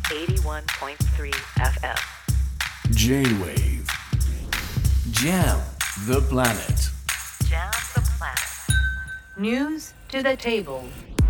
81.3 FM J-Wave Jam the planet Jam the planet News to the table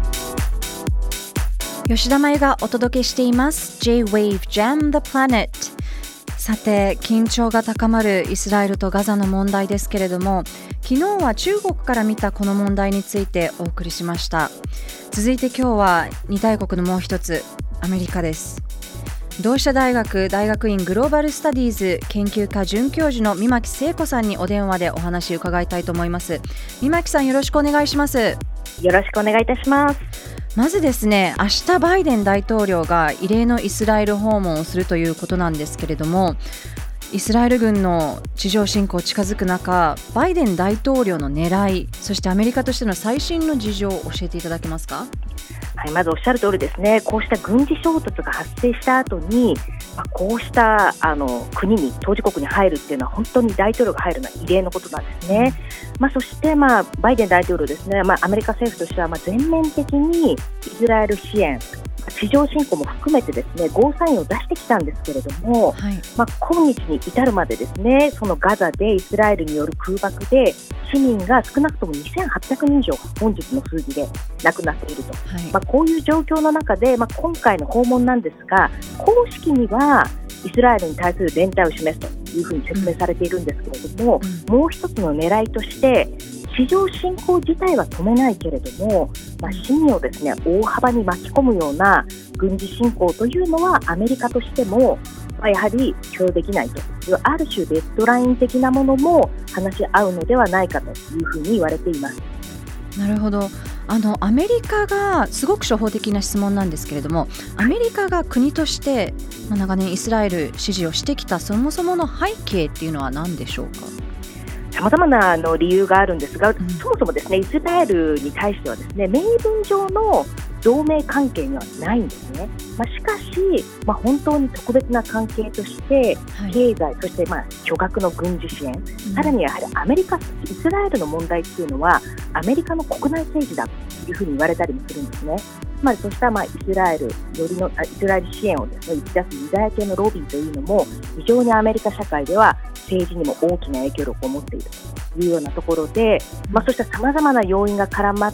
吉田麻也がお届けしています J-Wave Jam the Planet。 さて緊張が高まるイスラエルとガザの問題ですけれども、昨日は中国から見たこの問題についてお送りしました。続いて今日は2大国のもう一つ、アメリカです。同志社大学大学院グローバルスタディーズ研究科准教授の三牧聖子さんにお電話でお話を伺いたいと思います。三牧さん、よろしくお願いします。 よろしくお願いいたします。 まずですね、明日バイデン大統領が異例のイスラエル訪問をするということなんですけれども、イスラエル軍の地上侵攻近づく中、バイデン大統領の狙い、そしてアメリカとしての最新の事情を教えていただけますか。 はい、まずおっしゃる通りですね、こうした軍事衝突が発生した後に、こうした国に当事国に入るっていうのは本当に大統領が入るのは異例のことなんですね。そしてバイデン大統領ですね、アメリカ政府としては全面的にイスラエル支援、地上侵攻も含めてですね、ゴーサインを出してきたんですけれども、今日に至るまでですね、そのガザでイスラエルによる空爆で市民が少なくとも2800人以上本日の数字で亡くなっていると、こういう状況の中で、今回の訪問なんですが、公式にはイスラエルに対する連帯を示すというふうに説明されているんですけれども、もう一つの狙いとして地上侵攻自体は止めないけれども、市民をですね大幅に巻き込むような軍事侵攻というのはアメリカとしてもやはり許容できないという、ある種レッドライン的なものも話し合うのではないかというふうに言われています。 なるほど。アメリカが、すごく初歩的な質問なんですけれども、アメリカが国として長年イスラエル支持をしてきたそもそもの背景っていうのは何でしょうか。 さまざまな理由があるんですが、そもそもですね、イスラエルに対してはですね、明文上の同盟関係にはないんですね。しかし、本当に特別な関係として経済、そして巨額の軍事支援、さらにやはりアメリカ、イスラエルの問題っていうのはアメリカの国内政治だというふうに言われたりもするんですね。そうしたイスラエル支援をですね打ち出すユダヤ系のロビーというのも非常にアメリカ社会では政治にも大きな影響力を持っているというようなところで、そうしたさまざまな要因が絡まって、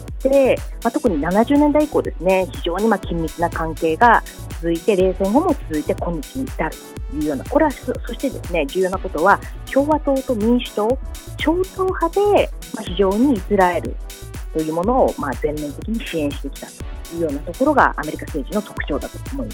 特に70年代以降ですね、非常に緊密な関係が続いて、冷戦後も続いて今日に至るというような、これはそしてですね、重要なことは共和党と民主党、超党派で非常にイスラエルというものを全面的に支援してきたというようなところがアメリカ政治の特徴だと思います。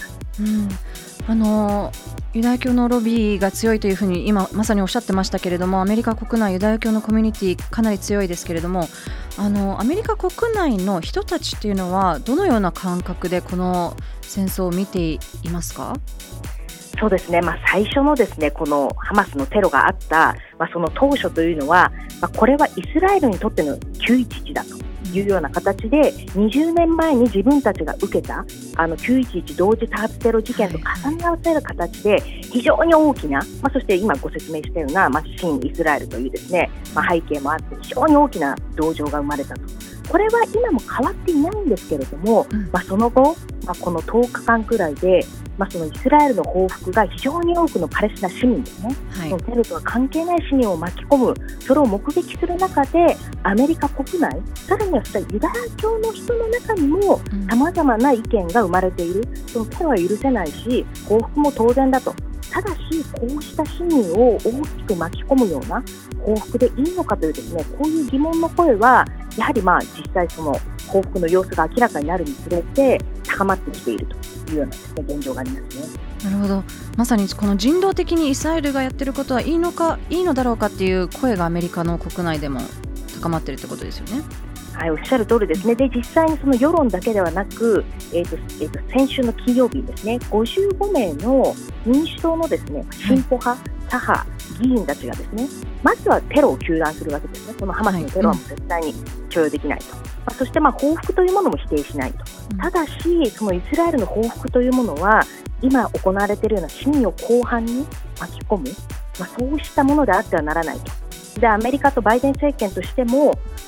ユダヤ教のロビーが強いというふうに今まさにおっしゃってましたけれども、アメリカ国内ユダヤ教のコミュニティかなり強いですけれども、アメリカ国内の人たちっていうのはどのような感覚でこの戦争を見ていますか。 そうですね、最初のですね、このハマスのテロがあった、その当初というのは、これはイスラエルにとっての911だというような形で、20年前に自分たちが受けた911同時多発テロ事件と重ね合わせる形で非常に大きな、そして今ご説明したような、新イスラエルというですね、背景もあって非常に大きな同情が生まれたと。これは今も変わっていないんですけれども、その後、この10日間くらいで、そのイスラエルの報復が非常に多くのパレスチナ市民ですね、そのテロとは関係ない市民を巻き込む、それを目撃する中でアメリカ国内、さらにはユダヤ教の人の中にもさまざまな意見が生まれている。そのテロは許せないし、報復も当然だと。ただし、こうした市民を大きく巻き込むような報復でいいのかというですね、こういう疑問の声はやはり実際その報復の様子が明らかになるにつれて高まってきているというようなですね、現状がありますね。 なるほど。まさにこの人道的にイスラエルがやっていることはいいのだろうかっていう声がアメリカの国内でも高まっているってことですよね。 はい、おっしゃる通りですね。で、実際にその世論だけではなく、先週の金曜日にですね、55名の民主党のですね、進歩派、左派議員たちがですね、まずはテロを糾弾するわけですね。このハマスのテロはもう絶対に許容できないと。そして報復というものも否定しないと。ただし、そのイスラエルの報復というものは今行われているような市民を広範に巻き込む、そうしたものであってはならないと。で、アメリカとバイデン政権としても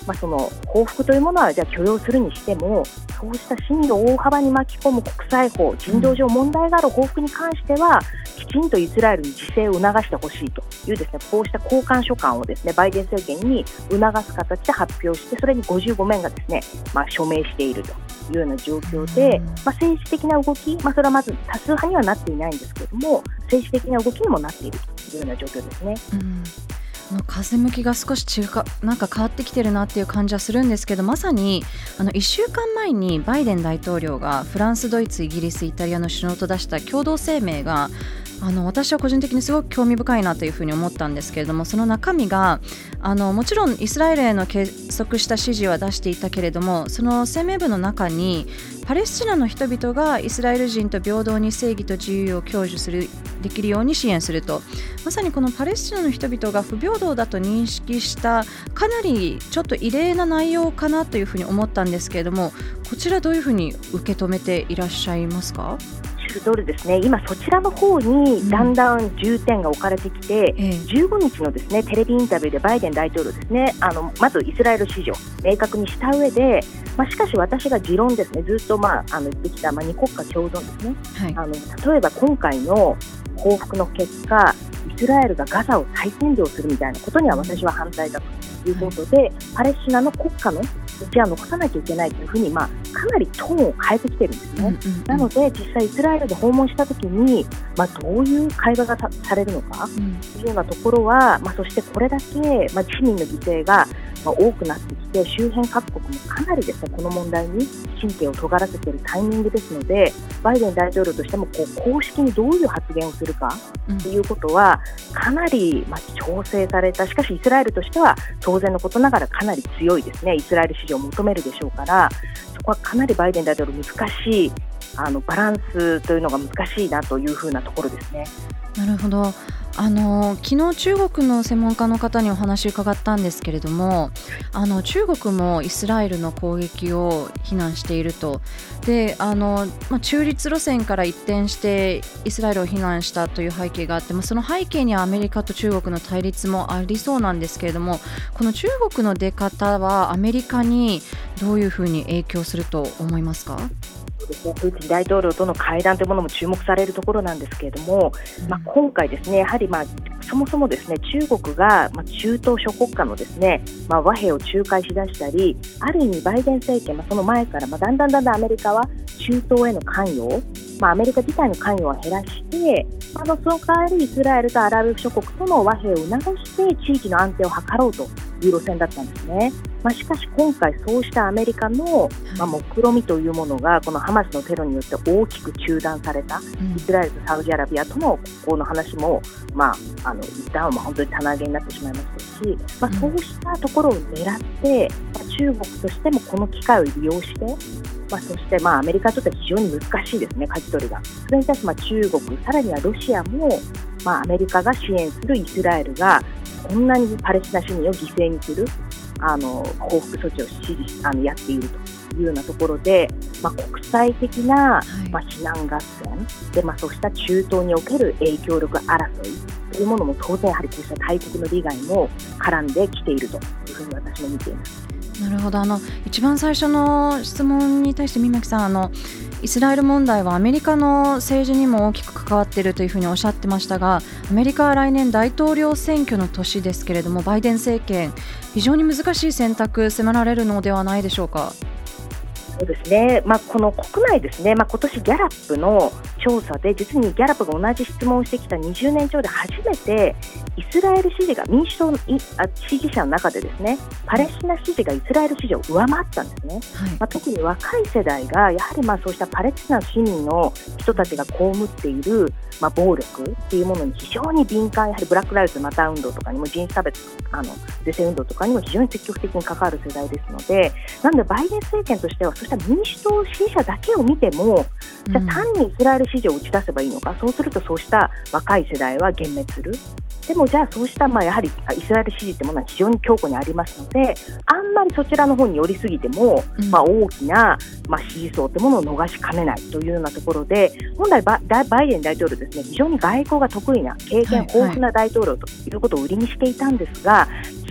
その報復というものはじゃあ許容するにしても、そうした市民を大幅に巻き込む国際法、人道上問題がある報復に関してはきちんとイスラエルに自制を促してほしいというですね、こうした交換書簡をですね、バイデン政権に促す形で発表して、それに55名がですね、署名しているというような状況で、政治的な動き、それはまず多数派にはなっていないんですけれども、政治的な動きにもなっているというような状況ですね。 風向きが少しなんか変わってきてるなっていう感じはするんですけど、まさに1週間前にバイデン大統領がフランス、ドイツ、イギリス、イタリアの首脳と出した共同声明が私は個人的にすごく興味深いなというふうに思ったんですけれども、その中身がもちろんイスラエルへの結束した支持は出していたけれども、その声明文の中にパレスチナの人々がイスラエル人と平等に正義と自由を享受できるように支援すると、まさにこのパレスチナの人々が不平等だと認識したかなりちょっと異例な内容かなというふうに思ったんですけれども、こちらどういうふうに受け止めていらっしゃいますか？ 通りですね、今そちらの方にだんだん重点が置かれてきて、15日のですねテレビインタビューでバイデン大統領ですね、まずイスラエル支持を明確にした上で、しかし私が持論ですね、ずっと言ってきた二国家共存ですね、例えば今回の報復の結果、イスラエルがガザを再占領するみたいなことには私は反対だということで、パレスチナの国家のうちは残さなきゃいけないというふうに、かなりトーンを変えてきてるんですね。なので実際イスラエルで訪問したときに、どういう会話がされるのかというようなところは、そしてこれだけ、市民の犠牲が多くなってきて、周辺各国もかなりですね、この問題に神経を尖らせているタイミングですので、バイデン大統領としても公式にどういう発言をするかということはかなり調整された。しかしイスラエルとしては当然のことながらかなり強いですね、イスラエル支持を求めるでしょうから、そこはかなりバイデン大統領難しいバランスというのが難しいなというふうなところですね。 なるほど。昨日中国の専門家の方にお話を伺ったんですけれども、中国もイスラエルの攻撃を非難していると。で中立路線から一転してイスラエルを非難したという背景があって、その背景にはアメリカと中国の対立もありそうなんですけれども、この中国の出方はアメリカにどういうふうに影響すると思いますか？ プーチン大統領との会談というものも注目されるところなんですけれども、今回ですね、やはりそもそもですね、中国が中東諸国家のですね、和平を仲介しだしたり、ある意味バイデン政権、その前からだんだんアメリカは中東への関与を、アメリカ自体の関与を減らして、その代わりイスラエルとアラブ諸国との和平を促して地域の安定を図ろうという路線だったんですね。しかし今回そうしたアメリカの目論見みというものがこのハマスのテロによって大きく中断された。イスラエルとサウジアラビアとのこの話も一旦は本当に棚上げになってしまいましたし、そうしたところを狙って中国としてもこの機会を利用して、そしてアメリカにとっては非常に難しいですね、舵取りが。それに対して中国、さらにはロシアも、アメリカが支援するイスラエルがこんなにパレスチナ市民を犠牲にする報復措置をやっているというようなところで、国際的な、非難合戦で、そうした中東における影響力争いというものも当然やはりこうした大国の利害も絡んできているというふうに私も見ています。 なるほど。一番最初の質問に対して三巻さん、イスラエル問題はアメリカの政治にも大きく関わっているというふうにおっしゃってましたが、アメリカは来年大統領選挙の年ですけれども、バイデン政権非常に難しい選択迫られるのではないでしょうか？ そうですね、この国内ですね、今年ギャラップの調査で、実にギャラップが同じ質問をしてきた20年超で初めてイスラエル支持が民主党の支持者の中でですね、パレスチナ支持がイスラエル支持を上回ったんですね。特に若い世代がやはりそうしたパレスチナ市民の人たちが被っている暴力というものに非常に敏感、やはりブラックライブズマター運動とかにも人種差別是正運動とかにも非常に積極的に関わる世代ですので、なのでバイデン政権としてはそうした民主党支持者だけを見ても、じゃあ単にイスラエル支持を打ち出せばいいのか、そうするとそうした若い世代は幻滅する。でもじゃあそうしたやはりイスラエル支持というものは非常に強固にありますので、あんまりそちらの方に寄りすぎても、大きな支持層というものを逃しかねないというようなところで、本来バイデン大統領ですね、非常に外交が得意な経験豊富な大統領ということを売りにしていたんですが、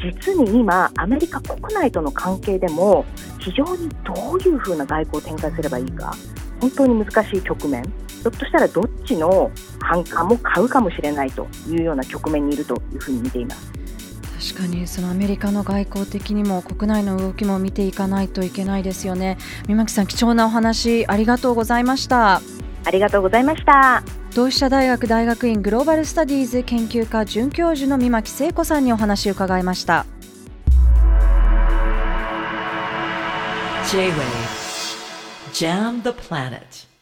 実に今アメリカ国内との関係でも非常にどういうふうな外交を展開すればいいか、本当に難しい局面、ひょっとしたらどっちの反感も買うかもしれないというような局面にいるというふうに見ています。 確かにそのアメリカの外交的にも国内の動きも見ていかないといけないですよね。三巻さん、貴重なお話ありがとうございました。 ありがとうございました。 同志社大学大学院グローバルスタディーズ研究科准教授の三巻聖子さんにお話を伺いました。 J-Wave Jam the Planet